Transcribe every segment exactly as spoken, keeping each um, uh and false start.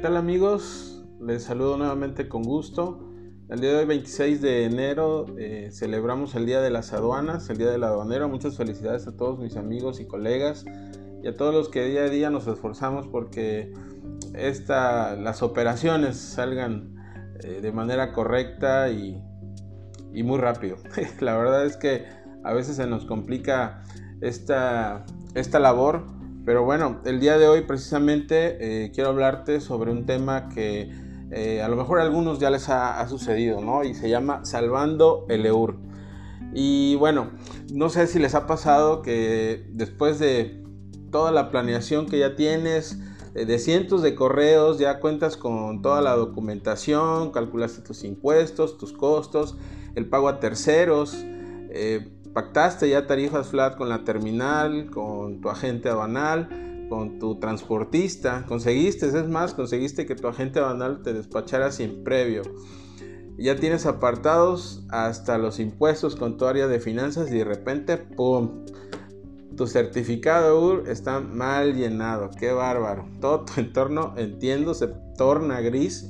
tal amigos? Les saludo nuevamente con gusto. El día de hoy, veintiséis de enero, eh, celebramos el Día de las Aduanas, el Día del Aduanero. Muchas felicidades a todos mis amigos y colegas y a todos los que día a día nos esforzamos porque esta, las operaciones salgan eh, de manera correcta y, y muy rápido. La verdad es que a veces se nos complica esta, esta labor. Pero bueno, el día de hoy precisamente eh, quiero hablarte sobre un tema que eh, a lo mejor a algunos ya les ha, ha sucedido, ¿no? Y se llama Salvando el EUR. Y bueno, no sé si les ha pasado que después de toda la planeación que ya tienes, eh, de cientos de correos, ya cuentas con toda la documentación, calculaste tus impuestos, tus costos, el pago a terceros, eh, pactaste ya tarifas flat con la terminal, con tu agente aduanal, con tu transportista, conseguiste, es más, conseguiste que tu agente aduanal te despachara sin previo. Ya tienes apartados hasta los impuestos con tu área de finanzas y de repente, ¡pum!, tu certificado E U R está mal llenado. ¡Qué bárbaro! Todo tu entorno, entiendo, se torna gris.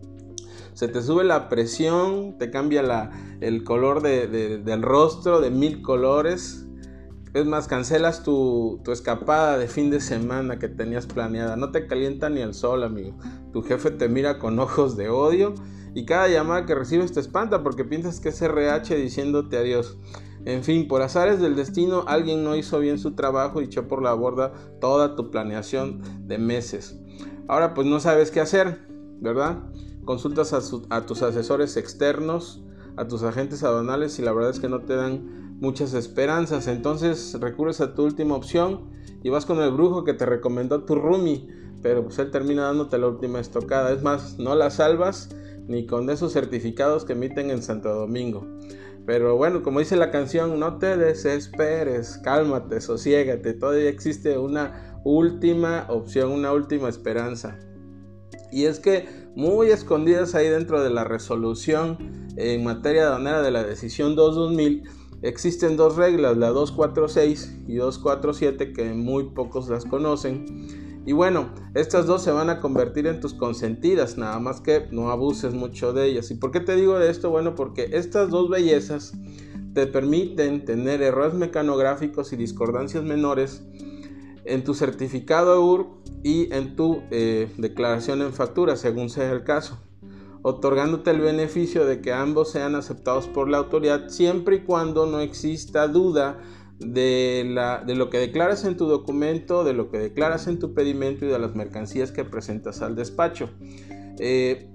Se te sube la presión, te cambia la, el color de, de, del rostro de mil colores. Es más, cancelas tu, tu escapada de fin de semana que tenías planeada. No te calienta ni el sol, amigo. Tu jefe te mira con ojos de odio y cada llamada que recibes te espanta porque piensas que es R H diciéndote adiós. En fin, por azares del destino, alguien no hizo bien su trabajo y echó por la borda toda tu planeación de meses. Ahora pues no sabes qué hacer, ¿verdad? Consultas a, su, a tus asesores externos, a tus agentes aduanales y la verdad es que no te dan muchas esperanzas. Entonces recurres a tu última opción y vas con el brujo que te recomendó tu roomie, pero pues él termina dándote la última estocada. Es más, no la salvas ni con esos certificados que emiten en Santo Domingo. Pero bueno, como dice la canción, no te desesperes, cálmate, sosiégate, todavía existe una última opción, una última esperanza. Y es que muy escondidas ahí dentro de la resolución en materia aduanera de la decisión dos dos mil existen dos reglas, la dos cuatro seis y dos cuatro siete, que muy pocos las conocen. Y bueno, estas dos se van a convertir en tus consentidas, nada más que no abuses mucho de ellas. ¿Y por qué te digo de esto? Bueno, porque estas dos bellezas te permiten tener errores mecanográficos y discordancias menores en tu certificado E U R y en tu eh, declaración en factura, según sea el caso, otorgándote el beneficio de que ambos sean aceptados por la autoridad siempre y cuando no exista duda de, la, de lo que declaras en tu documento, de lo que declaras en tu pedimento y de las mercancías que presentas al despacho. Eh,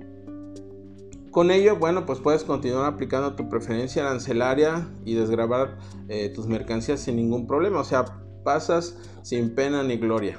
Con ello, bueno, pues puedes continuar aplicando tu preferencia arancelaria y desgravar eh, tus mercancías sin ningún problema, o sea, pasas sin pena ni gloria.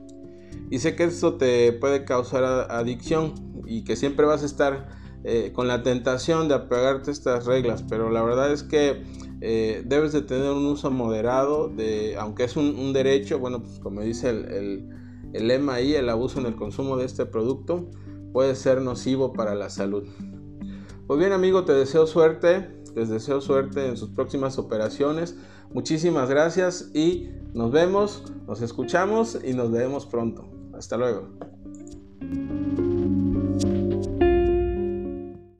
Y sé que esto te puede causar adicción y que siempre vas a estar eh, con la tentación de apegarte a estas reglas, pero la verdad es que eh, debes de tener un uso moderado, de, aunque es un, un derecho. Bueno, pues como dice el, el, el lema ahí, el abuso en el consumo de este producto puede ser nocivo para la salud. Pues bien, amigo, te deseo suerte, les deseo suerte en sus próximas operaciones. Muchísimas gracias y nos vemos, nos escuchamos y nos vemos pronto. Hasta luego.